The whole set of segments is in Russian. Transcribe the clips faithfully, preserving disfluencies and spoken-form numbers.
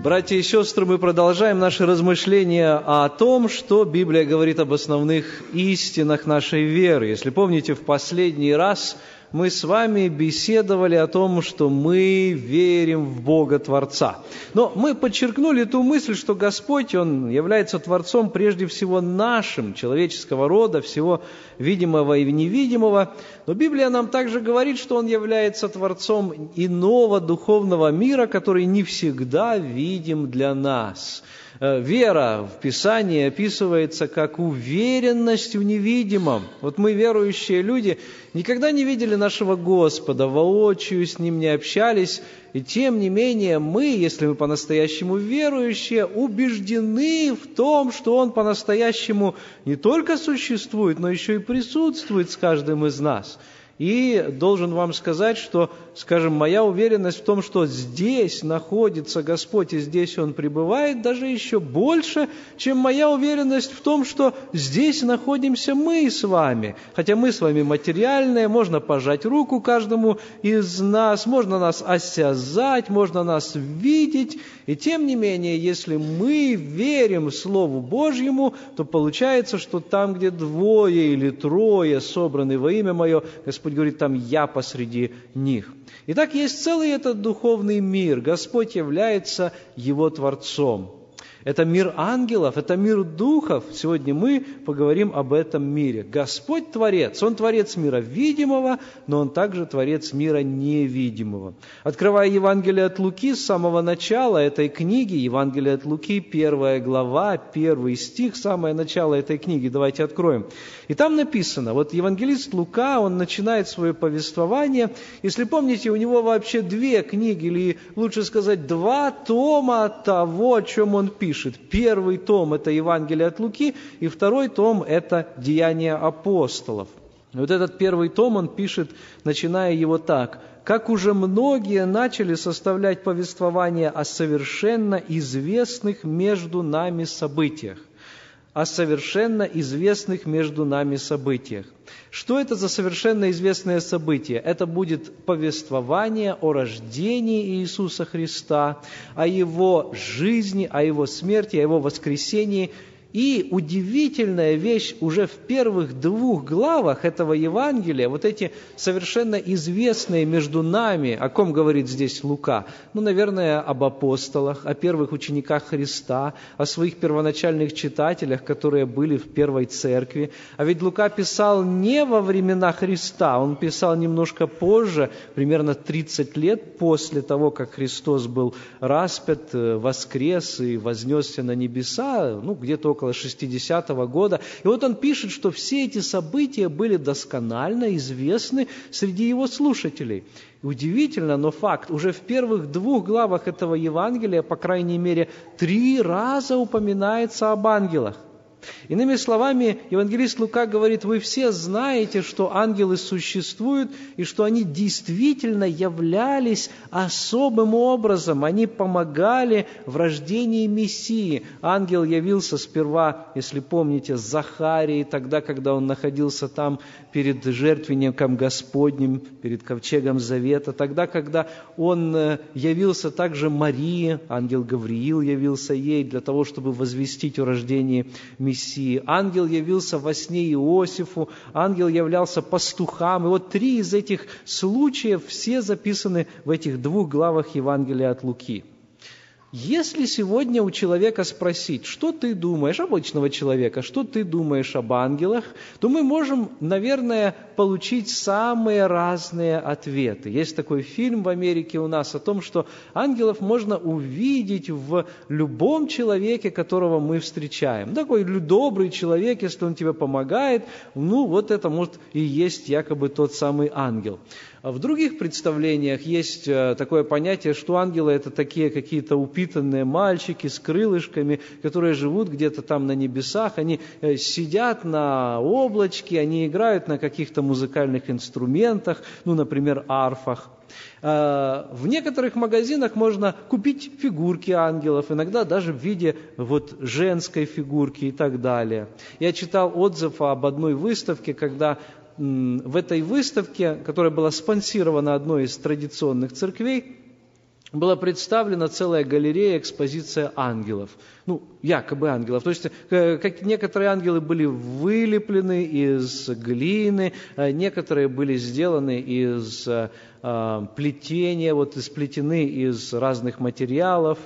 Братья и сестры, мы продолжаем наши размышления о том, что Библия говорит об основных истинах нашей веры. Если помните, в последний раз мы с вами беседовали о том, что мы верим в Бога Творца. Но мы подчеркнули ту мысль, что Господь, Он является Творцом прежде всего нашим, человеческого рода, всего видимого и невидимого. Но Библия нам также говорит, что Он является Творцом иного духовного мира, который не всегда видим для нас. Вера в Писании описывается как уверенность в невидимом. Вот мы, верующие люди, никогда не видели нашего Господа, воочию с Ним не общались, и тем не менее мы, если мы по-настоящему верующие, убеждены в том, что Он по-настоящему не только существует, но еще и присутствует с каждым из нас. И должен вам сказать, что, скажем, моя уверенность в том, что здесь находится Господь и здесь Он пребывает, даже еще больше, чем моя уверенность в том, что здесь находимся мы с вами. Хотя мы с вами материальные, можно пожать руку каждому из нас, можно нас осязать, можно нас видеть. И тем не менее, если мы верим Слову Божьему, то получается, что там, где двое или трое собраны во имя Мое, Господь говорит, там я посреди них. Итак, есть целый этот духовный мир. Господь является его Творцом. Это мир ангелов, это мир духов. Сегодня мы поговорим об этом мире. Господь Творец. Он Творец мира видимого, но Он также Творец мира невидимого. Открывая Евангелие от Луки с самого начала этой книги, Евангелие от Луки, первая глава, первый стих, самое начало этой книги, давайте откроем. И там написано, вот евангелист Лука, он начинает свое повествование. Если помните, у него вообще две книги, или лучше сказать, два тома того, о чем он пишет. Первый том – это Евангелие от Луки, и второй том – это Деяния апостолов. И вот этот первый том он пишет, начиная его так. «Как уже многие начали составлять повествование о совершенно известных между нами событиях». О совершенно известных между нами событиях. Что это за совершенно известное событие? Это будет повествование о рождении Иисуса Христа, о Его жизни, о Его смерти, о Его воскресении. И удивительная вещь, уже в первых двух главах этого Евангелия, вот эти совершенно известные между нами, о ком говорит здесь Лука? Ну, наверное, об апостолах, о первых учениках Христа, о своих первоначальных читателях, которые были в первой церкви. А ведь Лука писал не во времена Христа, он писал немножко позже, примерно тридцать лет после того, как Христос был распят, воскрес и вознесся на небеса, ну, где-то около шестидесятого года. И вот он пишет, что все эти события были досконально известны среди его слушателей. И удивительно, но факт, уже в первых двух главах этого Евангелия, по крайней мере, три раза упоминается об ангелах. Иными словами, евангелист Лука говорит, вы все знаете, что ангелы существуют, и что они действительно являлись особым образом, они помогали в рождении Мессии. Ангел явился сперва, если помните, Захарии, тогда, когда он находился там перед жертвенником Господним, перед ковчегом Завета, тогда, когда он явился также Марии, ангел Гавриил явился ей для того, чтобы возвестить о рождении Мессии. Ангел явился во сне Иосифу, ангел являлся пастухам. И вот три из этих случаев все записаны в этих двух главах Евангелия от Луки. Если сегодня у человека спросить, что ты думаешь, обычного человека, что ты думаешь об ангелах, то мы можем, наверное, получить самые разные ответы. Есть такой фильм в Америке у нас о том, что ангелов можно увидеть в любом человеке, которого мы встречаем. Такой добрый человек, если он тебе помогает, ну вот это может и есть якобы тот самый ангел. В других представлениях есть такое понятие, что ангелы – это такие какие-то упитанные мальчики с крылышками, которые живут где-то там на небесах, они сидят на облачке, они играют на каких-то музыкальных инструментах, ну, например, арфах. В некоторых магазинах можно купить фигурки ангелов, иногда даже в виде вот женской фигурки и так далее. Я читал отзыв об одной выставке, когда в этой выставке, которая была спонсирована одной из традиционных церквей, была представлена целая галерея, экспозиция ангелов. Ну, якобы ангелов. То есть, как некоторые ангелы были вылеплены из глины, некоторые были сделаны из э, плетения, вот, сплетены из разных материалов.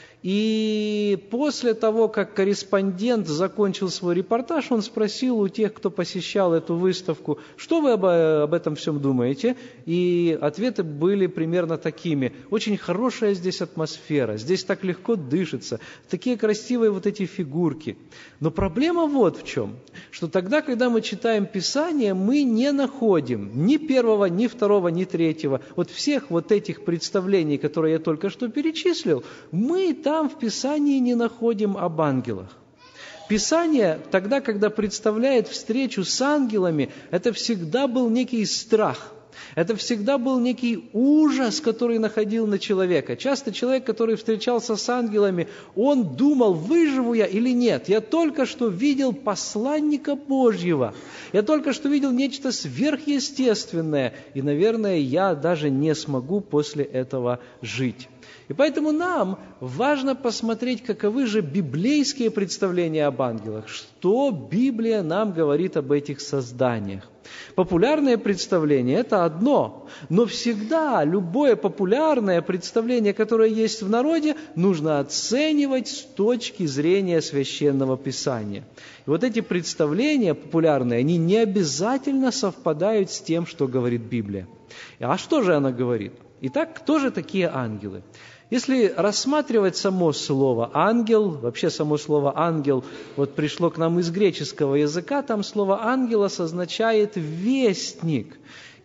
И после того, как корреспондент закончил свой репортаж, он спросил у тех, кто посещал эту выставку, что вы об, об этом всем думаете? И ответы были примерно такими. Очень хорошая здесь атмосфера, здесь так легко дышится, такие красивые вот эти фигурки. Но проблема вот в чем, что тогда, когда мы читаем Писание, мы не находим ни первого, ни второго, ни третьего. Вот всех вот этих представлений, которые я только что перечислил, мы там в Писании не находим об ангелах. Писание тогда, когда представляет встречу с ангелами, это всегда был некий страх. Это всегда был некий ужас, который находил на человека. Часто человек, который встречался с ангелами, он думал, выживу я или нет. Я только что видел посланника Божьего. Я только что видел нечто сверхъестественное. И, наверное, я даже не смогу после этого жить. И поэтому нам важно посмотреть, каковы же библейские представления об ангелах, что Библия нам говорит об этих созданиях. Популярное представление – это одно, но всегда любое популярное представление, которое есть в народе, нужно оценивать с точки зрения Священного Писания. И вот эти представления популярные, они не обязательно совпадают с тем, что говорит Библия. А что же она говорит? Итак, кто же такие ангелы? Если рассматривать само слово «ангел», вообще само слово «ангел» вот пришло к нам из греческого языка, там слово «ангелос» означает «вестник».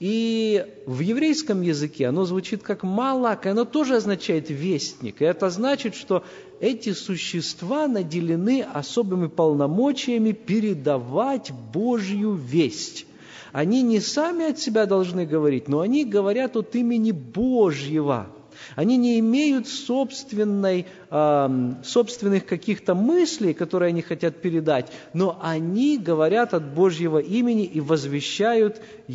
И в еврейском языке оно звучит как «малак», и оно тоже означает «вестник». И это значит, что эти существа наделены особыми полномочиями передавать Божью весть. Они не сами от себя должны говорить, но они говорят от имени Божьего. Они не имеют собственной, э, собственных каких-то мыслей, которые они хотят передать, но они говорят от Божьего имени и возвещают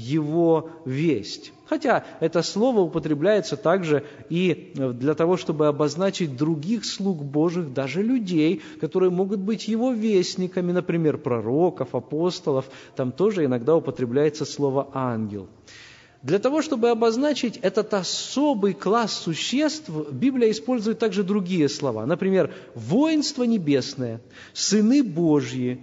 Его весть. Хотя это слово употребляется также и для того, чтобы обозначить других слуг Божьих, даже людей, которые могут быть Его вестниками, например, пророков, апостолов. Там тоже иногда употребляется слово «ангел». Для того, чтобы обозначить этот особый класс существ, Библия использует также другие слова. Например, воинство небесное, сыны Божьи,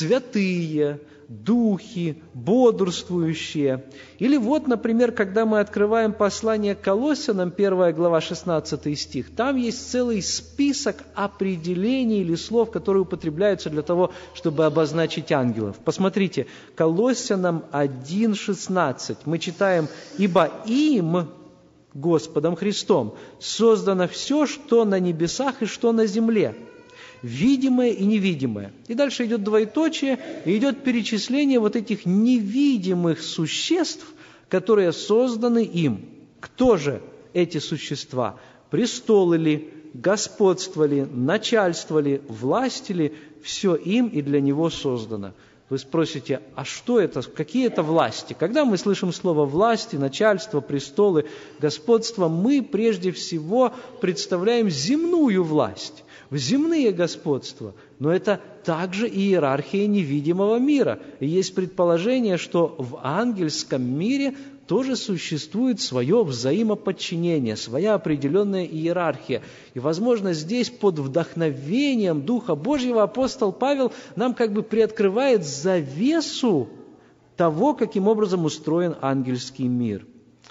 святые, духи, бодрствующие. Или вот, например, когда мы открываем послание к Колоссянам, первая глава, шестнадцатый стих, там есть целый список определений или слов, которые употребляются для того, чтобы обозначить ангелов. Посмотрите, Колоссянам один, шестнадцать. Мы читаем: «Ибо им, Господом Христом, создано все, что на небесах и что на земле, видимое и невидимое». И дальше идет двоеточие, и идет перечисление вот этих невидимых существ, которые созданы им. Кто же эти существа? Престолы ли, господство ли, начальство ли, власть ли? Все им и для него создано. Вы спросите, а что это, какие это власти? Когда мы слышим слово «власти», «начальство», «престолы», «господство», мы прежде всего представляем земную власть, земные господства, но это также иерархия невидимого мира. И есть предположение, что в ангельском мире тоже существует свое взаимоподчинение, своя определенная иерархия. И, возможно, здесь под вдохновением Духа Божьего апостол Павел нам как бы приоткрывает завесу того, каким образом устроен ангельский мир.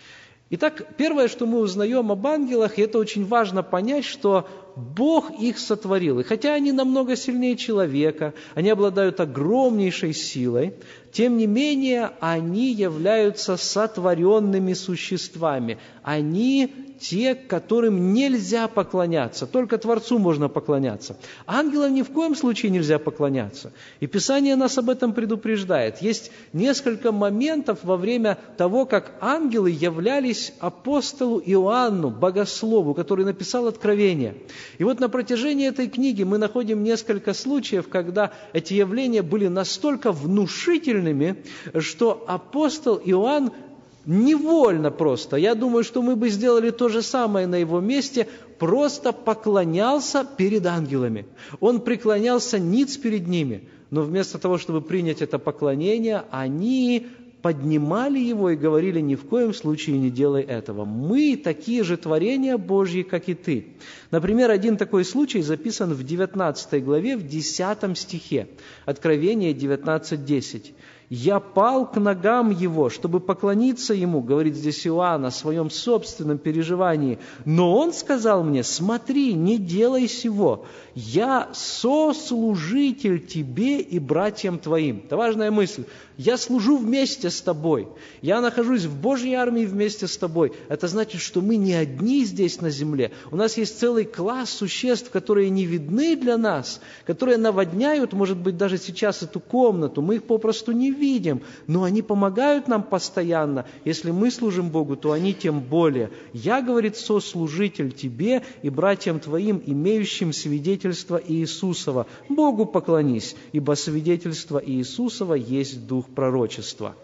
Итак, первое, что мы узнаем об ангелах, и это очень важно понять, что Бог их сотворил. И хотя они намного сильнее человека, они обладают огромнейшей силой, тем не менее они являются сотворенными существами. Они те, которым нельзя поклоняться, только Творцу можно поклоняться. Ангелам ни в коем случае нельзя поклоняться. И Писание нас об этом предупреждает. Есть несколько моментов во время того, как ангелы являлись апостолу Иоанну, богослову, который написал Откровение. И вот на протяжении этой книги мы находим несколько случаев, когда эти явления были настолько внушительными, что апостол Иоанн невольно просто, я думаю, что мы бы сделали то же самое на его месте, просто поклонялся перед ангелами. Он преклонялся ниц перед ними, но вместо того, чтобы принять это поклонение, они поднимали его и говорили: ни в коем случае не делай этого. Мы такие же творения Божьи, как и ты. Например, один такой случай записан в девятнадцатой главе, в десятом стихе. Откровение девятнадцать десять. «Я пал к ногам его, чтобы поклониться ему», говорит здесь Иоанн о своем собственном переживании. «Но он сказал мне: смотри, не делай сего, я сослужитель тебе и братьям твоим». Это важная мысль. Я служу вместе с тобой. Я нахожусь в Божьей армии вместе с тобой. Это значит, что мы не одни здесь на земле. У нас есть целый класс существ, которые не видны для нас, которые наводняют, может быть, даже сейчас эту комнату. Мы их попросту не видим, но они помогают нам постоянно. Если мы служим Богу, то они тем более. «Я, — говорит, — сослужитель тебе и братьям твоим, имеющим свидетельство Иисусова. Богу поклонись, ибо свидетельство Иисусова есть дух пророчества».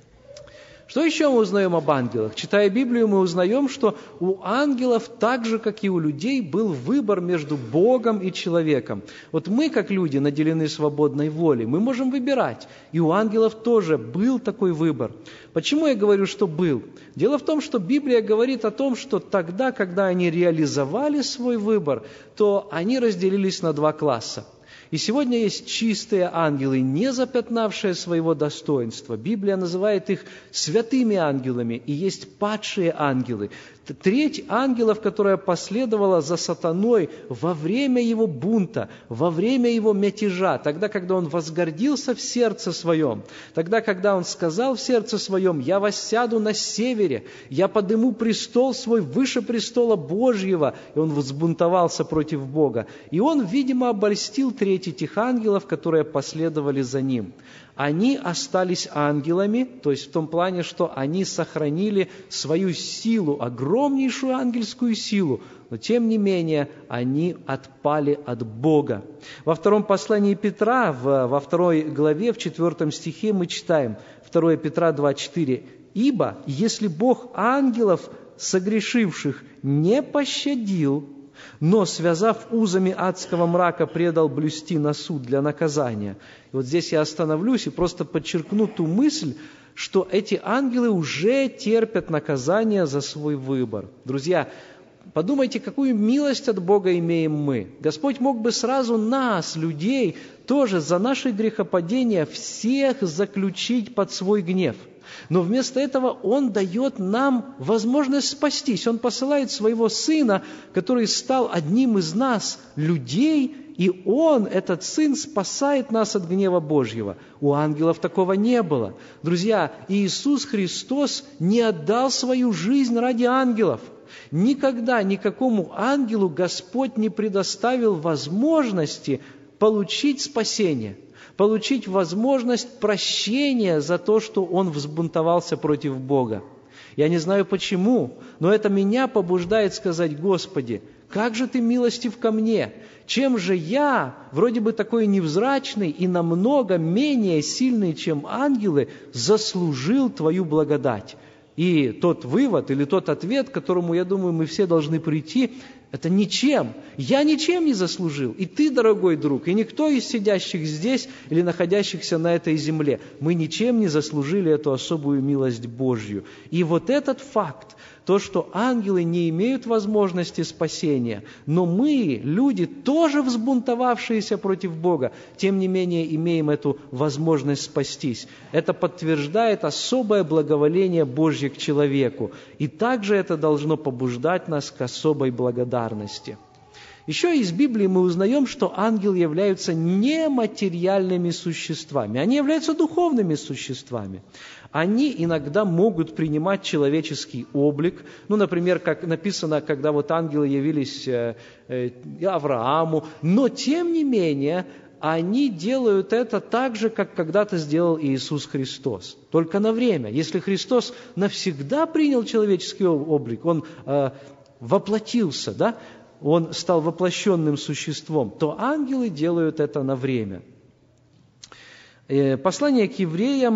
Что еще мы узнаем об ангелах? Читая Библию, мы узнаем, что у ангелов, так же, как и у людей, был выбор между Богом и человеком. Вот мы, как люди, наделены свободной волей, мы можем выбирать. И у ангелов тоже был такой выбор. Почему я говорю, что был? Дело в том, что Библия говорит о том, что тогда, когда они реализовали свой выбор, то они разделились на два класса. И сегодня есть чистые ангелы, не запятнавшие своего достоинства. Библия называет их святыми ангелами, и есть падшие ангелы. Треть ангелов, которая последовала за сатаной во время его бунта, во время его мятежа, тогда, когда он возгордился в сердце своем, тогда, когда он сказал в сердце своем: «Я воссяду на севере, я подыму престол свой выше престола Божьего», и он взбунтовался против Бога. И он, видимо, обольстил треть этих ангелов, которые последовали за ним. Они остались ангелами, то есть в том плане, что они сохранили свою силу, огромнейшую ангельскую силу, но тем не менее они отпали от Бога. Во втором послании Петра, в, во второй главе, в четвертом стихе мы читаем, второе Петра два четыре: «Ибо если Бог ангелов, согрешивших, не пощадил, но, связав узами адского мрака, предал блюсти на суд для наказания». И вот здесь я остановлюсь и просто подчеркну ту мысль, что эти ангелы уже терпят наказание за свой выбор. Друзья, подумайте, какую милость от Бога имеем мы. Господь мог бы сразу нас, людей, тоже за наше грехопадение всех заключить под свой гнев. Но вместо этого Он дает нам возможность спастись. Он посылает Своего Сына, который стал одним из нас, людей, и Он, этот Сын, спасает нас от гнева Божьего. У ангелов такого не было. Друзья, Иисус Христос не отдал свою жизнь ради ангелов. Никогда никакому ангелу Господь не предоставил возможности получить спасение, получить возможность прощения за то, что он взбунтовался против Бога. Я не знаю почему, но это меня побуждает сказать: Господи, как же Ты милостив ко мне? Чем же я, вроде бы такой невзрачный и намного менее сильный, чем ангелы, заслужил Твою благодать? И тот вывод или тот ответ, к которому, я думаю, мы все должны прийти, это ничем. Я ничем не заслужил. И ты, дорогой друг, и никто из сидящих здесь или находящихся на этой земле. Мы ничем не заслужили эту особую милость Божью. И вот этот факт, то, что ангелы не имеют возможности спасения, но мы, люди, тоже взбунтовавшиеся против Бога, тем не менее имеем эту возможность спастись. Это подтверждает особое благоволение Божье к человеку. И также это должно побуждать нас к особой благодарности. Еще из Библии мы узнаем, что ангелы являются нематериальными существами. Они являются духовными существами. Они иногда могут принимать человеческий облик. Ну, например, как написано, когда вот ангелы явились э, э, Аврааму. Но, тем не менее, они делают это так же, как когда-то сделал Иисус Христос. Только на время. Если Христос навсегда принял человеческий облик, Он э, воплотился, да? Он стал воплощенным существом, то ангелы делают это на время. Послание к евреям,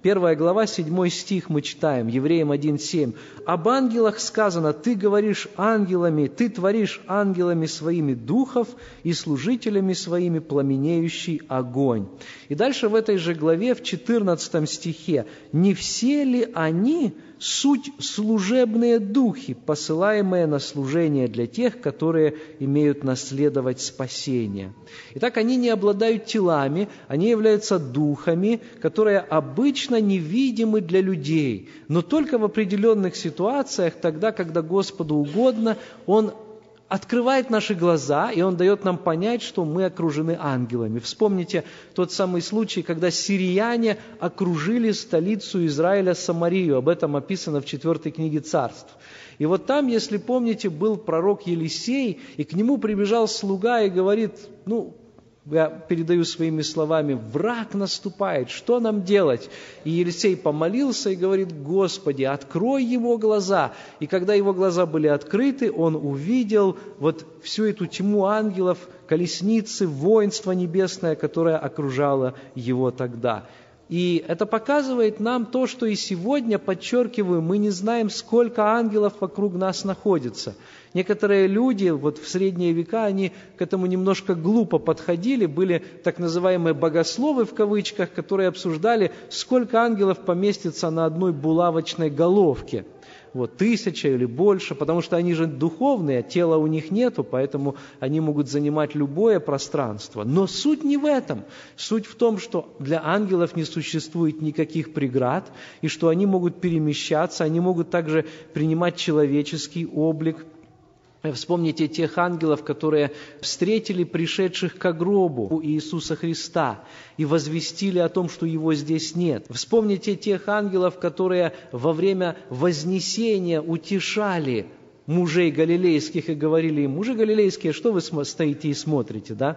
Первая глава, седьмой стих мы читаем, Евреям один семь. «Об ангелах сказано, ты говоришь ангелами, ты творишь ангелами своими духов и служителями своими пламенеющий огонь». И дальше в этой же главе, в четырнадцатом стихе, «Не все ли они суть служебные духи, посылаемые на служение для тех, которые имеют наследовать спасение». Итак, они не обладают телами, они являются духами, которые обычно невидимы для людей, но только в определенных ситуациях, тогда, когда Господу угодно, Он открывает наши глаза, и Он дает нам понять, что мы окружены ангелами. Вспомните тот самый случай, когда сирияне окружили столицу Израиля Самарию. Об этом описано в четвертой книге Царств. И вот там, если помните, был пророк Елисей, и к нему прибежал слуга и говорит, ну, я передаю своими словами, враг наступает, что нам делать? И Елисей помолился и говорит, Господи, открой его глаза. И когда его глаза были открыты, он увидел вот всю эту тьму ангелов, колесницы, воинство небесное, которое окружало его тогда. И это показывает нам то, что и сегодня, подчеркиваю, мы не знаем, сколько ангелов вокруг нас находится. Некоторые люди вот в средние века, они к этому немножко глупо подходили, были так называемые богословы в кавычках, которые обсуждали, сколько ангелов поместится на одной булавочной головке. Вот, тысяча или больше, потому что они же духовные, тела у них нету, поэтому они могут занимать любое пространство. Но суть не в этом. Суть в том, что для ангелов не существует никаких преград, и что они могут перемещаться, они могут также принимать человеческий облик. Вспомните тех ангелов, которые встретили пришедших ко гробу Иисуса Христа и возвестили о том, что Его здесь нет. Вспомните тех ангелов, которые во время вознесения утешали мужей галилейских и говорили им, мужи галилейские, что вы стоите и смотрите, да?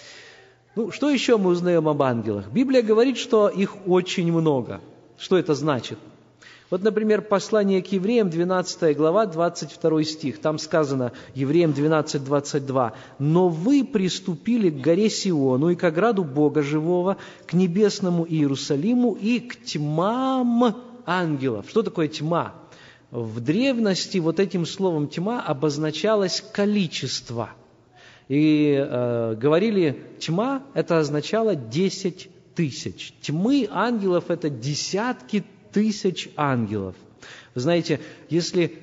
Ну, что еще мы узнаем об ангелах? Библия говорит, что их очень много. Что это значит? Вот, например, послание к Евреям, двенадцатая глава, двадцать второй стих. Там сказано, Евреям двенадцать, двадцать два. «Но вы приступили к горе Сиону и к ограду Бога живого, к небесному Иерусалиму и к тьмам ангелов». Что такое тьма? В древности вот этим словом «тьма» обозначалось количество. И э, говорили, тьма – это означало десять тысяч. Тьмы ангелов – это десятки тысяч ангелов. Вы знаете, если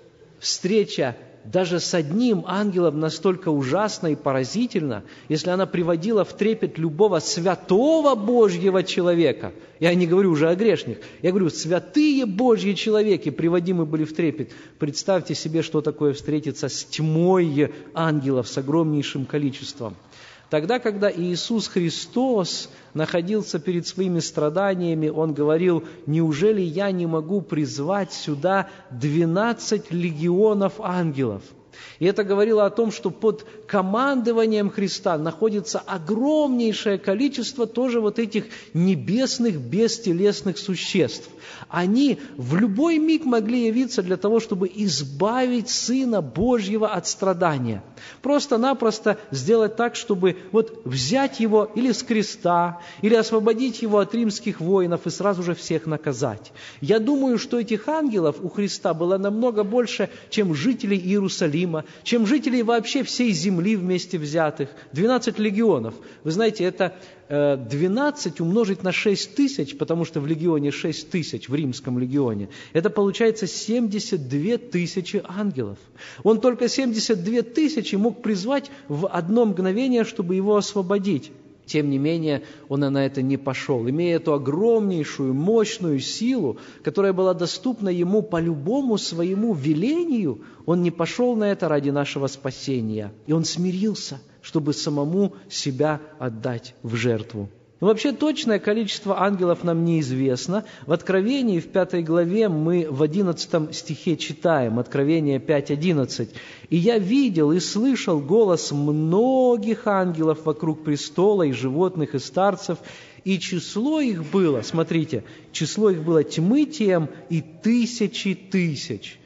встреча даже с одним ангелом настолько ужасна и поразительна, если она приводила в трепет любого святого Божьего человека, я не говорю уже о грешных, я говорю, святые Божьи человеки приводимы были в трепет. Представьте себе, что такое встретиться с тьмой ангелов, с огромнейшим количеством. Тогда, когда Иисус Христос находился перед своими страданиями, Он говорил, «Неужели я не могу призвать сюда двенадцать легионов ангелов?» И это говорило о том, что под командованием Христа находится огромнейшее количество тоже вот этих небесных бестелесных существ. Они в любой миг могли явиться для того, чтобы избавить Сына Божьего от страдания. Просто-напросто сделать так, чтобы вот взять Его или с креста, или освободить Его от римских воинов и сразу же всех наказать. Я думаю, что этих ангелов у Христа было намного больше, чем жителей Иерусалима, чем жителей вообще всей земли вместе взятых. двенадцать легионов. Вы знаете, это двенадцать умножить на шесть тысяч, потому что в легионе шесть тысяч, в римском легионе, это получается семьдесят две тысячи ангелов. Он только семьдесят две тысячи мог призвать в одно мгновение, чтобы его освободить. Тем не менее, он на это не пошел. Имея эту огромнейшую, мощную силу, которая была доступна ему по любому своему велению, он не пошел на это ради нашего спасения. И он смирился, чтобы самому себя отдать в жертву. Но вообще точное количество ангелов нам неизвестно. В Откровении, в пятой главе, мы в одиннадцатом стихе читаем, Откровение пять одиннадцать. «И я видел и слышал голос многих ангелов вокруг престола, и животных, и старцев, и число их было, смотрите, число их было тьмы тем и тысячи тысяч». То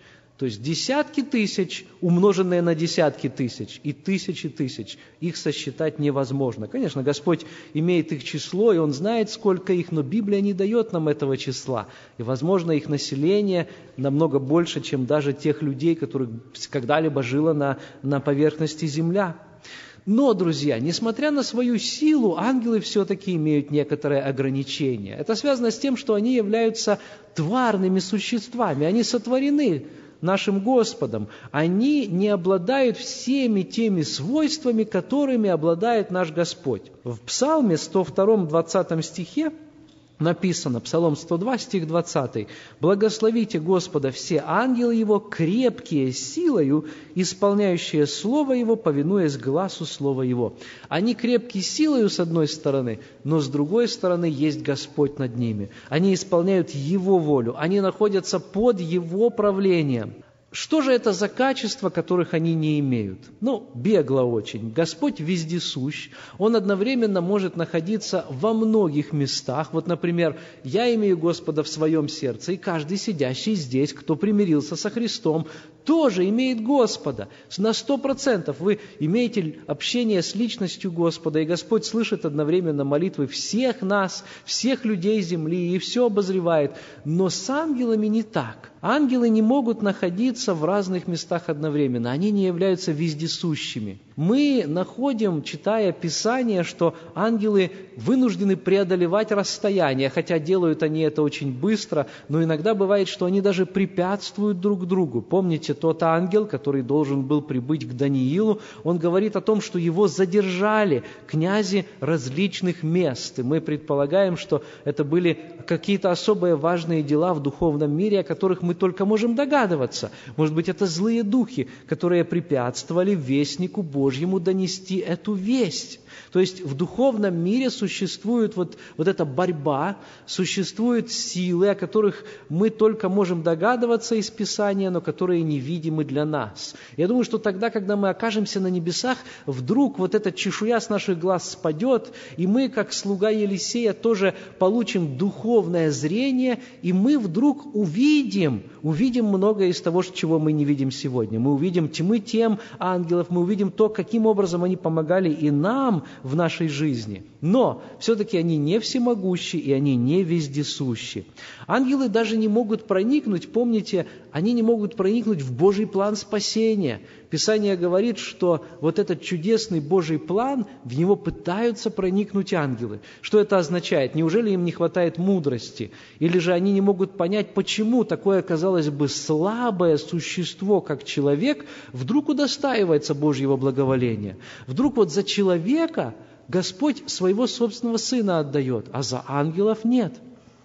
То есть десятки тысяч, умноженные на десятки тысяч, и тысячи тысяч. Их сосчитать невозможно. Конечно, Господь имеет их число, и Он знает, сколько их, но Библия не дает нам этого числа. И, возможно, их население намного больше, чем даже тех людей, которых когда-либо жило на, на поверхности земля. Но, друзья, несмотря на свою силу, ангелы все-таки имеют некоторые ограничения. Это связано с тем, что они являются тварными существами, они сотворены нашим Господом. Они не обладают всеми теми свойствами, которыми обладает наш Господь. В Псалме сто втором, двадцатом стихе написано, Псалом сто два, стих двадцатый, «Благословите Господа все ангелы Его, крепкие силою, исполняющие Слово Его, повинуясь гласу Слова Его». Они крепки силою, с одной стороны, но с другой стороны есть Господь над ними. Они исполняют Его волю, они находятся под Его правлением. Что же это за качества, которых они не имеют? Ну, бегло очень. Господь вездесущ. Он одновременно может находиться во многих местах. Вот, например, я имею Господа в своем сердце, и каждый сидящий здесь, кто примирился со Христом, тоже имеет Господа. На сто процентов вы имеете общение с личностью Господа, и Господь слышит одновременно молитвы всех нас, всех людей земли, и все обозревает. Но с ангелами не так. Ангелы не могут находиться в разных местах одновременно. Они не являются вездесущими. Мы находим, читая Писание, что ангелы вынуждены преодолевать расстояние, хотя делают они это очень быстро, но иногда бывает, что они даже препятствуют друг другу. Помните, тот ангел, который должен был прибыть к Даниилу, он говорит о том, что его задержали князи различных мест. И мы предполагаем, что это были какие-то особые важные дела в духовном мире, о которых мы только можем догадываться. Может быть, это злые духи, которые препятствовали вестнику Божьему донести эту весть. То есть в духовном мире существует вот, вот эта борьба, существуют силы, о которых мы только можем догадываться из Писания, но которые невидимы для нас. Я думаю, что тогда, когда мы окажемся на небесах, вдруг вот эта чешуя с наших глаз спадет, и мы, как слуга Елисея, тоже получим духовное зрение, и мы вдруг увидим, увидим многое из того, чего мы не видим сегодня. Мы увидим тьмы тем ангелов, мы увидим то, каким образом они помогали и нам в нашей жизни. Но все-таки они не всемогущи, и они не вездесущи. Ангелы даже не могут проникнуть, помните, они не могут проникнуть в Божий план спасения. Писание говорит, что вот этот чудесный Божий план, в него пытаются проникнуть ангелы. Что это означает? Неужели им не хватает мудрости? Или же они не могут понять, почему такое, казалось бы, слабое существо, как человек, вдруг удостаивается Божьего благоволения? Вдруг вот за человека Господь своего собственного Сына отдает, а за ангелов нет.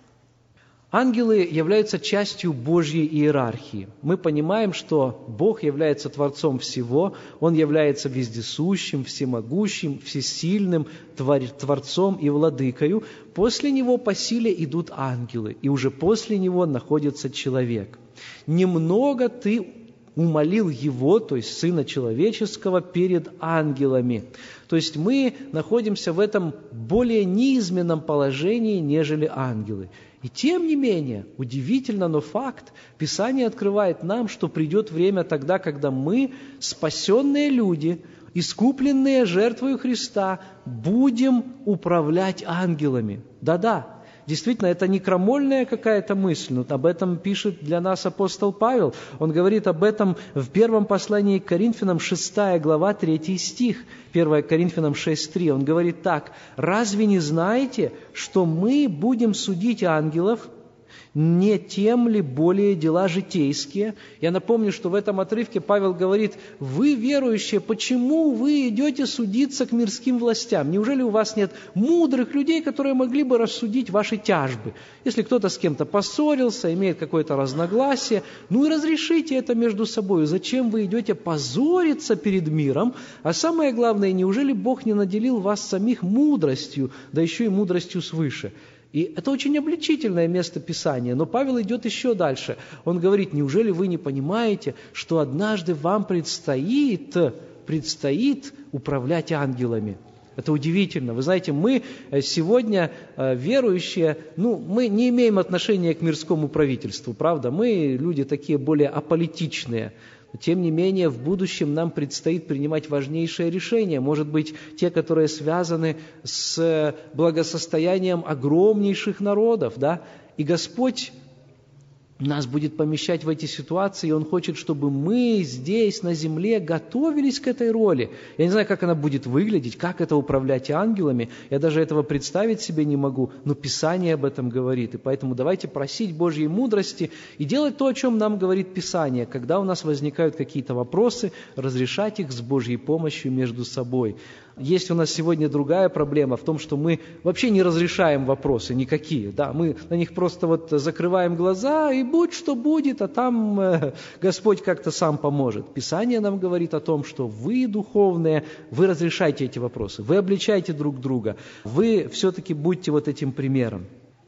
Ангелы являются частью Божьей иерархии. Мы понимаем, что Бог является Творцом всего, Он является вездесущим, всемогущим, всесильным Творцом и Владыкою. После Него по силе идут ангелы, и уже после Него находится человек. Немного ты умолил Его, то есть Сына Человеческого, перед ангелами. То есть мы находимся в этом более низменном положении, нежели ангелы. И тем не менее, удивительно, но факт, Писание открывает нам, что придет время тогда, когда мы, спасенные люди, искупленные жертвою Христа, будем управлять ангелами. Да-да. Действительно, это не крамольная какая-то мысль, но об этом пишет для нас апостол Павел. Он говорит об этом в первом послании к Коринфянам, шестая глава, третий стих, первое Коринфянам шесть три. Он говорит так: «Разве не знаете, что мы будем судить ангелов? Не тем ли более дела житейские?» Я напомню, что в этом отрывке Павел говорит: вы, верующие, почему вы идете судиться к мирским властям? Неужели у вас нет мудрых людей, которые могли бы рассудить ваши тяжбы? Если кто-то с кем-то поссорился, имеет какое-то разногласие, ну и разрешите это между собой. Зачем вы идете позориться перед миром? А самое главное, неужели Бог не наделил вас самих мудростью, да еще и мудростью свыше? И это очень обличительное место Писания, но Павел идет еще дальше. Он говорит: неужели вы не понимаете, что однажды вам предстоит, предстоит управлять ангелами? Это удивительно. Вы знаете, мы сегодня, верующие, ну, мы не имеем отношения к мирскому правительству, правда? Мы люди такие более аполитичные. Но, тем не менее, в будущем нам предстоит принимать важнейшие решения. Может быть, те, которые связаны с благосостоянием огромнейших народов, да? И Господь нас будет помещать в эти ситуации, и Он хочет, чтобы мы здесь, на земле, готовились к этой роли. Я не знаю, как она будет выглядеть, как это управлять ангелами. Я даже этого представить себе не могу, но Писание об этом говорит. И поэтому давайте просить Божьей мудрости и делать то, о чем нам говорит Писание. Когда у нас возникают какие-то вопросы, разрешать их с Божьей помощью между собой. Есть у нас сегодня другая проблема в том, что мы вообще не разрешаем вопросы никакие. Да? Мы на них просто вот закрываем глаза, и будь что будет, а там э, Господь как-то сам поможет. Писание нам говорит о том, что вы, духовные, вы разрешаете эти вопросы, вы обличаете друг друга, вы все-таки будьте вот этим примером.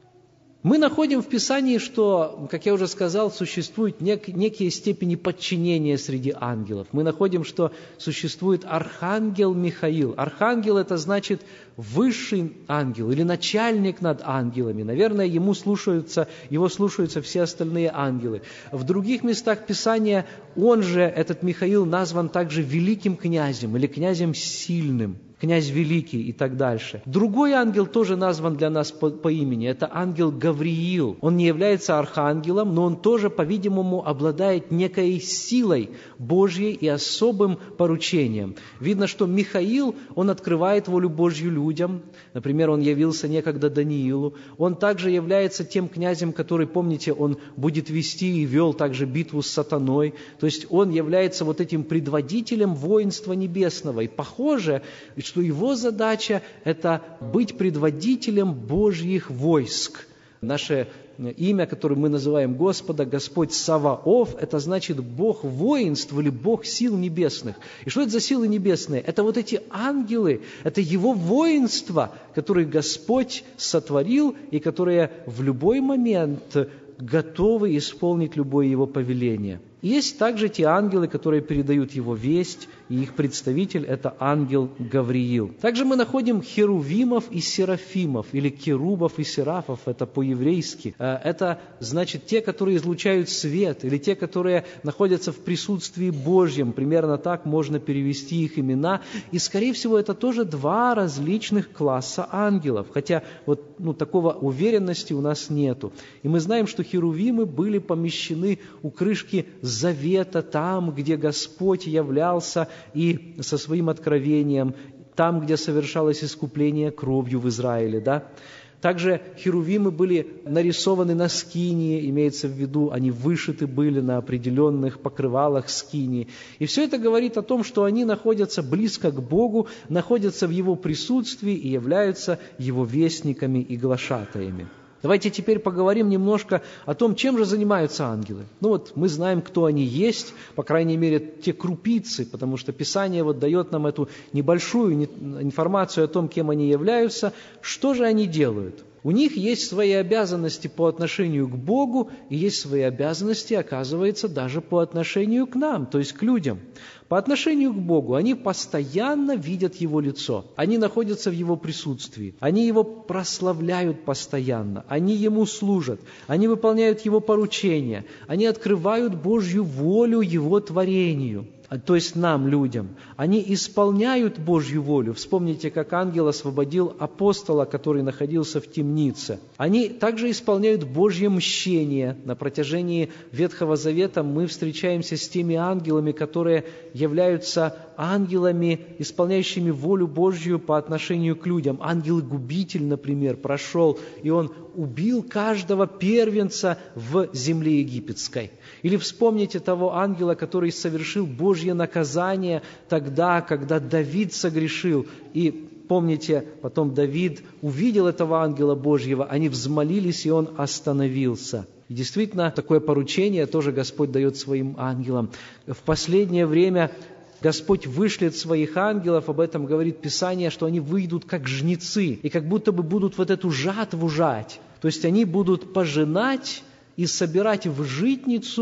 Мы находим в Писании, что, как я уже сказал, существуют нек- некие степени подчинения среди ангелов. Мы находим, что существует архангел Михаил. Архангел – это значит высший ангел или начальник над ангелами. Наверное, ему слушаются, его слушаются все остальные ангелы. В других местах Писания он же, этот Михаил, назван также великим князем или князем сильным. Князь Великий и так дальше. Другой ангел тоже назван для нас по, по имени. Это ангел Гавриил. Он не является архангелом, но он тоже, по-видимому, обладает некой силой Божьей и особым поручением. Видно, что Михаил, он открывает волю Божью людям. Например, он явился некогда Даниилу. Он также является тем князем, который, помните, он будет вести и вел также битву с сатаной. То есть он является вот этим предводителем воинства небесного. И похоже, что его задача – это быть предводителем Божьих войск. Наше имя, которое мы называем Господа, Господь Саваоф, это значит Бог воинств или Бог сил небесных. И что это за силы небесные? Это вот эти ангелы, это Его воинство, которые Господь сотворил и которые в любой момент готовы исполнить любое Его повеление. Есть также те ангелы, которые передают Его весть, и их представитель – это ангел Гавриил. Также мы находим херувимов и серафимов, или керубов и серафов, это по-еврейски. Это значит те, которые излучают свет, или те, которые находятся в присутствии Божьем. Примерно так можно перевести их имена. И, скорее всего, это тоже два различных класса ангелов, хотя вот ну, такого уверенности у нас нету. И мы знаем, что херувимы были помещены у крышки завета, там, где Господь являлся и со своим откровением, там, где совершалось искупление кровью в Израиле. Да? Также херувимы были нарисованы на скинии, имеется в виду, они вышиты были на определенных покрывалах скинии. И все это говорит о том, что они находятся близко к Богу, находятся в Его присутствии и являются Его вестниками и глашатаями. Давайте теперь поговорим немножко о том, чем же занимаются ангелы. Ну вот мы знаем, кто они есть, по крайней мере, те крупицы, потому что Писание вот дает нам эту небольшую информацию о том, кем они являются. Что же они делают? У них есть свои обязанности по отношению к Богу, и есть свои обязанности, оказывается, даже по отношению к нам, то есть к людям. По отношению к Богу они постоянно видят Его лицо, они находятся в Его присутствии, они Его прославляют постоянно, они Ему служат, они выполняют Его поручения, они открывают Божью волю Его творению. То есть нам, людям, они исполняют Божью волю. Вспомните, как ангел освободил апостола, который находился в темнице. Они также исполняют Божье мщение. На протяжении Ветхого Завета мы встречаемся с теми ангелами, которые являются ангелами, исполняющими волю Божью по отношению к людям. Ангел-губитель, например, прошел, и он убил каждого первенца в земле египетской. Или вспомните того ангела, который совершил Божье наказание тогда, когда Давид согрешил. И помните, потом Давид увидел этого ангела Божьего, они взмолились, и он остановился. И действительно, такое поручение тоже Господь дает своим ангелам. В последнее время Господь вышлет своих ангелов, об этом говорит Писание, что они выйдут как жнецы, и как будто бы будут вот эту жатву жать. То есть они будут пожинать и собирать в житницу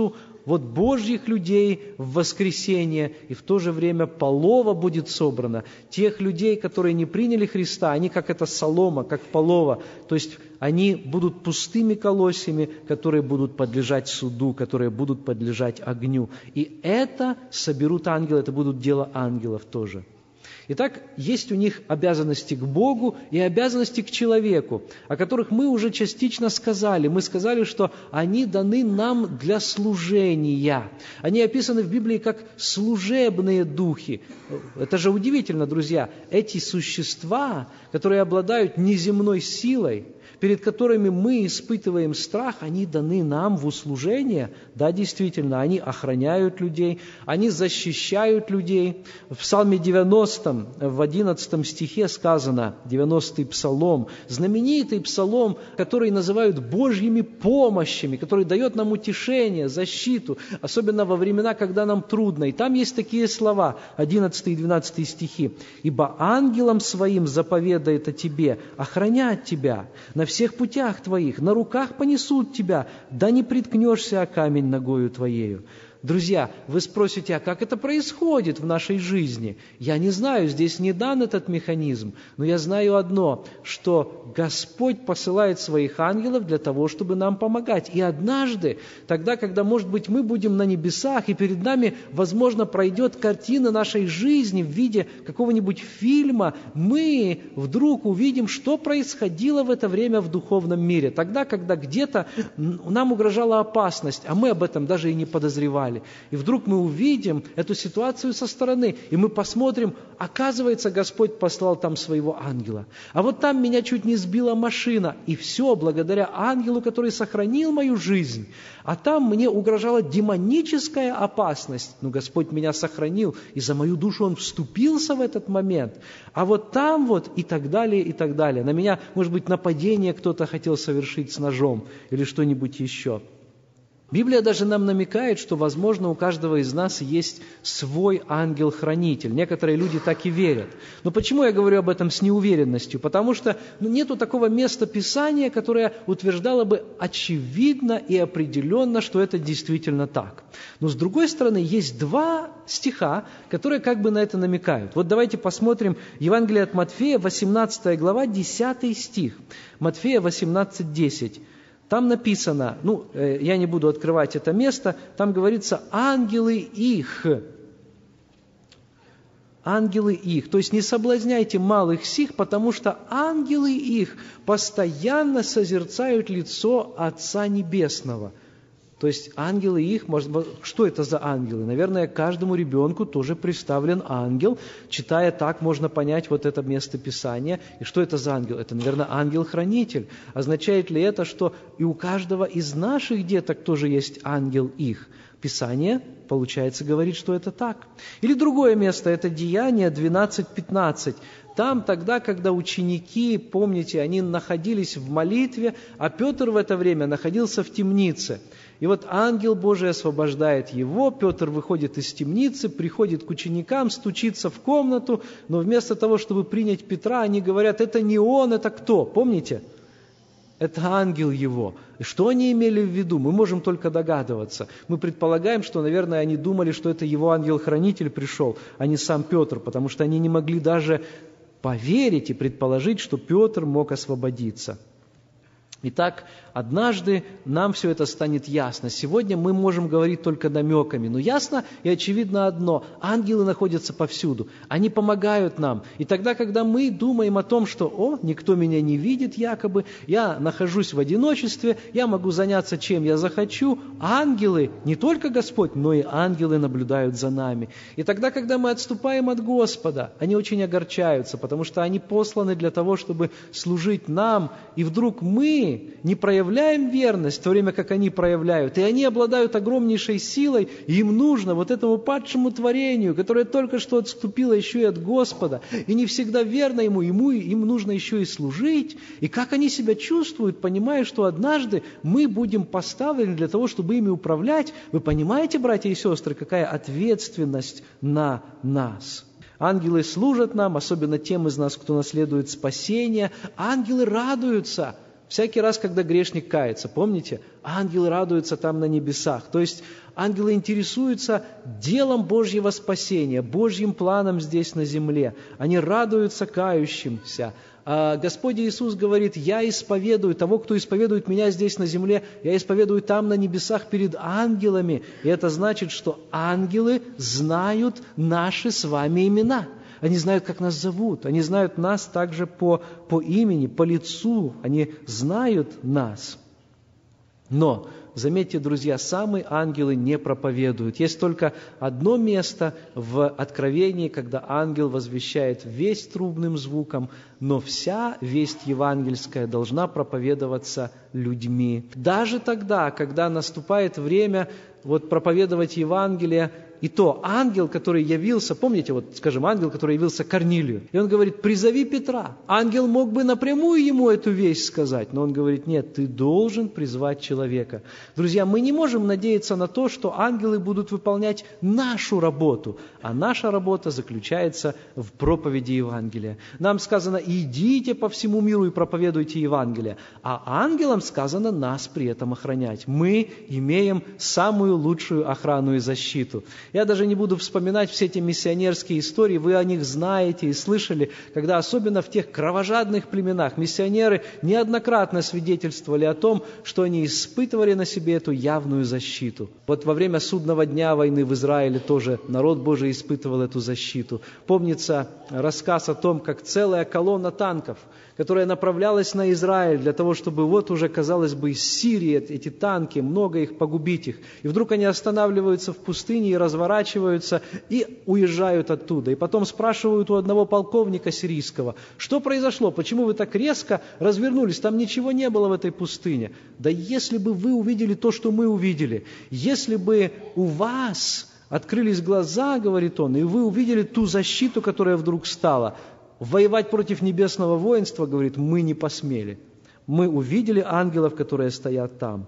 вот Божьих людей в воскресение, и в то же время полова будет собрана. Тех людей, которые не приняли Христа, они как эта солома, как полова, то есть они будут пустыми колосьями, которые будут подлежать суду, которые будут подлежать огню. И это соберут ангелы, это будут дело ангелов тоже. Итак, есть у них обязанности к Богу и обязанности к человеку, о которых мы уже частично сказали. Мы сказали, что они даны нам для служения. Они описаны в Библии как служебные духи. Это же удивительно, друзья. Эти существа, которые обладают неземной силой, перед которыми мы испытываем страх, они даны нам в услужение. Да, действительно, они охраняют людей, они защищают людей. В Псалме девяностом, в одиннадцатом стихе сказано, девяностый псалом, знаменитый псалом, который называют Божьими помощами, который дает нам утешение, защиту, особенно во времена, когда нам трудно. И там есть такие слова, одиннадцатый и двенадцатый стихи. «Ибо ангелам своим заповедает о тебе, охранять тебя, на всех путях твоих, на руках понесут тебя, да не приткнешься о камень ногою твоею». Друзья, вы спросите, а как это происходит в нашей жизни? Я не знаю, здесь не дан этот механизм, но я знаю одно, что Господь посылает своих ангелов для того, чтобы нам помогать. И однажды, тогда, когда, может быть, мы будем на небесах, и перед нами, возможно, пройдет картина нашей жизни в виде какого-нибудь фильма, мы вдруг увидим, что происходило в это время в духовном мире. Тогда, когда где-то нам угрожала опасность, а мы об этом даже и не подозревали. И вдруг мы увидим эту ситуацию со стороны, и мы посмотрим, оказывается, Господь послал там своего ангела. А вот там меня чуть не сбила машина, и все благодаря ангелу, который сохранил мою жизнь. А там мне угрожала демоническая опасность, но Господь меня сохранил, и за мою душу Он вступился в этот момент. А вот там вот и так далее, и так далее. На меня, может быть, нападение кто-то хотел совершить с ножом или что-нибудь еще. Библия даже нам намекает, что, возможно, у каждого из нас есть свой ангел-хранитель. Некоторые люди так и верят. Но почему я говорю об этом с неуверенностью? Потому что ну, нету такого места Писания, которое утверждало бы очевидно и определенно, что это действительно так. Но, с другой стороны, есть два стиха, которые как бы на это намекают. Вот давайте посмотрим Евангелие от Матфея, восемнадцатая глава, десятый стих. Матфея восемнадцать десять. Там написано, ну, я не буду открывать это место, там говорится «ангелы их». Ангелы их. То есть не соблазняйте малых сих, потому что ангелы их постоянно созерцают лицо Отца Небесного. То есть ангелы их, может, что это за ангелы? Наверное, каждому ребенку тоже представлен ангел. Читая так, можно понять вот это место Писания. И что это за ангел? Это, наверное, ангел-хранитель. Означает ли это, что и у каждого из наших деток тоже есть ангел их? Писание, получается, говорит, что это так. Или другое место, это Деяния двенадцать пятнадцать. Там тогда, когда ученики, помните, они находились в молитве, а Петр в это время находился в темнице. И вот ангел Божий освобождает его, Петр выходит из темницы, приходит к ученикам, стучится в комнату, но вместо того, чтобы принять Петра, они говорят, это не он, это кто? Помните? Это ангел его. И что они имели в виду? Мы можем только догадываться. Мы предполагаем, что, наверное, они думали, что это его ангел-хранитель пришел, а не сам Петр, потому что они не могли даже поверить и предположить, что Петр мог освободиться. Итак, однажды нам все это станет ясно. Сегодня мы можем говорить только намеками, но ясно и очевидно одно. Ангелы находятся повсюду, они помогают нам. И тогда, когда мы думаем о том, что «О, никто меня не видит якобы, я нахожусь в одиночестве, я могу заняться чем я захочу», ангелы, не только Господь, но и ангелы наблюдают за нами. И тогда, когда мы отступаем от Господа, они очень огорчаются, потому что они посланы для того, чтобы служить нам, и вдруг мы не проявляем верность в то время, как они проявляют, и они обладают огромнейшей силой, и им нужно вот этому падшему творению, которое только что отступило еще и от Господа, и не всегда верно ему, ему им нужно еще и служить, и как они себя чувствуют, понимая, что однажды мы будем поставлены для того, чтобы ими управлять. Вы понимаете, братья и сестры, какая ответственность на нас? Ангелы служат нам, особенно тем из нас, кто наследует спасение. Ангелы радуются, Всякий раз, когда грешник кается, помните, ангелы радуются там на небесах. То есть ангелы интересуются делом Божьего спасения, Божьим планом здесь на земле. Они радуются кающимся. А Господь Иисус говорит: «Я исповедую того, кто исповедует Меня здесь на земле, я исповедую там на небесах перед ангелами». И это значит, что ангелы знают наши с вами имена. Они знают, как нас зовут. Они знают нас также по, по имени, по лицу. Они знают нас. Но, заметьте, друзья, сами ангелы не проповедуют. Есть только одно место в Откровении, когда ангел возвещает весть трубным звуком, но вся весть евангельская должна проповедоваться людьми. Даже тогда, когда наступает время вот проповедовать Евангелие, и то ангел, который явился, помните, вот, скажем, ангел, который явился Корнилию, и он говорит: «Призови Петра». Ангел мог бы напрямую ему эту весть сказать, но он говорит: «Нет, ты должен призвать человека». Друзья, мы не можем надеяться на то, что ангелы будут выполнять нашу работу, а наша работа заключается в проповеди Евангелия. Нам сказано: «Идите по всему миру и проповедуйте Евангелие», а ангелам сказано нас при этом охранять. Мы имеем самую лучшую охрану и защиту. Я даже не буду вспоминать все эти миссионерские истории, вы о них знаете и слышали, когда особенно в тех кровожадных племенах миссионеры неоднократно свидетельствовали о том, что они испытывали на себе эту явную защиту. Вот во время судного дня войны в Израиле тоже народ Божий испытывал эту защиту. Помнится рассказ о том, как целая колонна танков, которая направлялась на Израиль для того, чтобы вот уже, казалось бы, из Сирии эти танки, много их, погубить их. И вдруг они останавливаются в пустыне и разворачиваются, и уезжают оттуда. И потом спрашивают у одного полковника сирийского: «Что произошло? Почему вы так резко развернулись? Там ничего не было в этой пустыне». «Да если бы вы увидели то, что мы увидели, если бы у вас открылись глаза, — говорит он, — и вы увидели ту защиту, которая вдруг стала, воевать против небесного воинства, — говорит, — мы не посмели. Мы увидели ангелов, которые стоят там».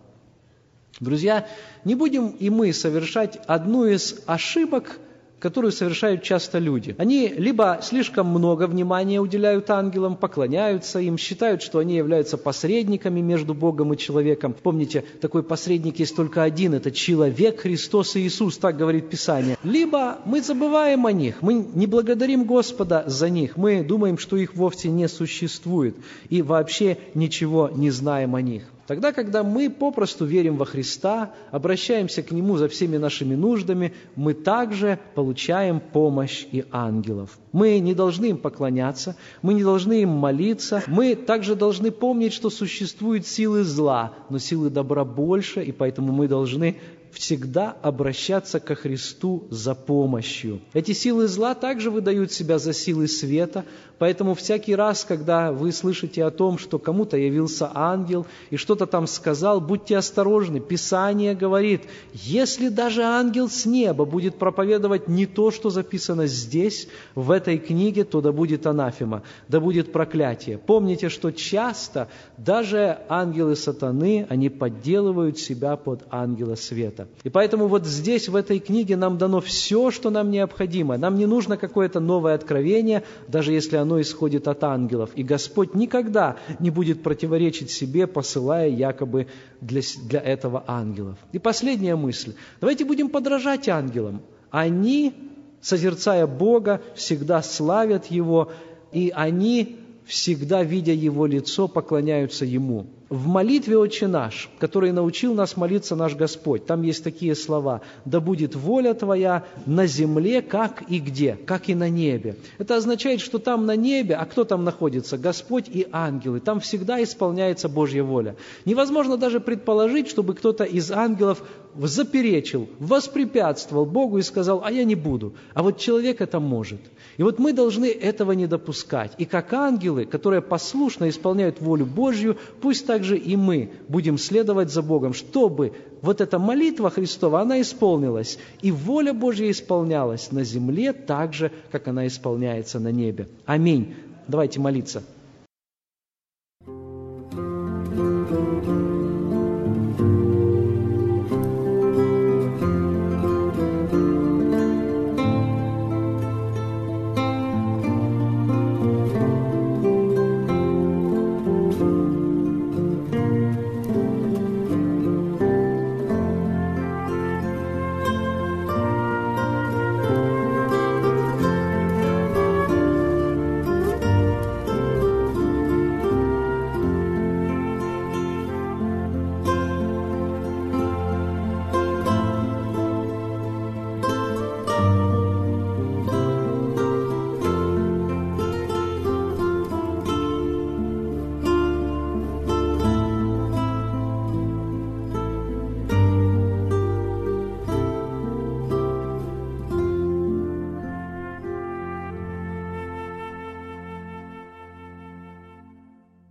Друзья, не будем и мы совершать одну из ошибок, которую совершают часто люди. Они либо слишком много внимания уделяют ангелам, поклоняются им, считают, что они являются посредниками между Богом и человеком. Помните, такой посредник есть только один, это человек Христос Иисус, так говорит Писание. Либо мы забываем о них, мы не благодарим Господа за них, мы думаем, что их вовсе не существует и вообще ничего не знаем о них. Тогда, когда мы попросту верим во Христа, обращаемся к Нему за всеми нашими нуждами, мы также получаем помощь и ангелов. Мы не должны им поклоняться, мы не должны им молиться, мы также должны помнить, что существуют силы зла, но силы добра больше, и поэтому мы должны всегда обращаться ко Христу за помощью. Эти силы зла также выдают себя за силы света, поэтому всякий раз, когда вы слышите о том, что кому-то явился ангел и что-то там сказал, будьте осторожны. Писание говорит: если даже ангел с неба будет проповедовать не то, что записано здесь, в этой книге, то да будет анафема, да будет проклятие. Помните, что часто даже ангелы сатаны, они подделывают себя под ангела света. И поэтому вот здесь, в этой книге, нам дано все, что нам необходимо. Нам не нужно какое-то новое откровение, даже если оно исходит от ангелов. И Господь никогда не будет противоречить себе, посылая якобы для, для этого ангелов. И последняя мысль. Давайте будем подражать ангелам. Они, созерцая Бога, всегда славят Его, и они, всегда видя Его лицо, поклоняются Ему. В молитве «Отче наш», который научил нас молиться наш Господь, там есть такие слова: «Да будет воля Твоя на земле, как и где, как и на небе». Это означает, что там на небе, а кто там находится? Господь и ангелы. Там всегда исполняется Божья воля. Невозможно даже предположить, чтобы кто-то из ангелов заперечил, воспрепятствовал Богу и сказал: «А я не буду». А вот человек это может. И вот мы должны этого не допускать. И как ангелы, которые послушно исполняют волю Божью, пусть так же и мы будем следовать за Богом, чтобы вот эта молитва Христова, она исполнилась, и воля Божья исполнялась на земле так же, как она исполняется на небе. Аминь. Давайте молиться.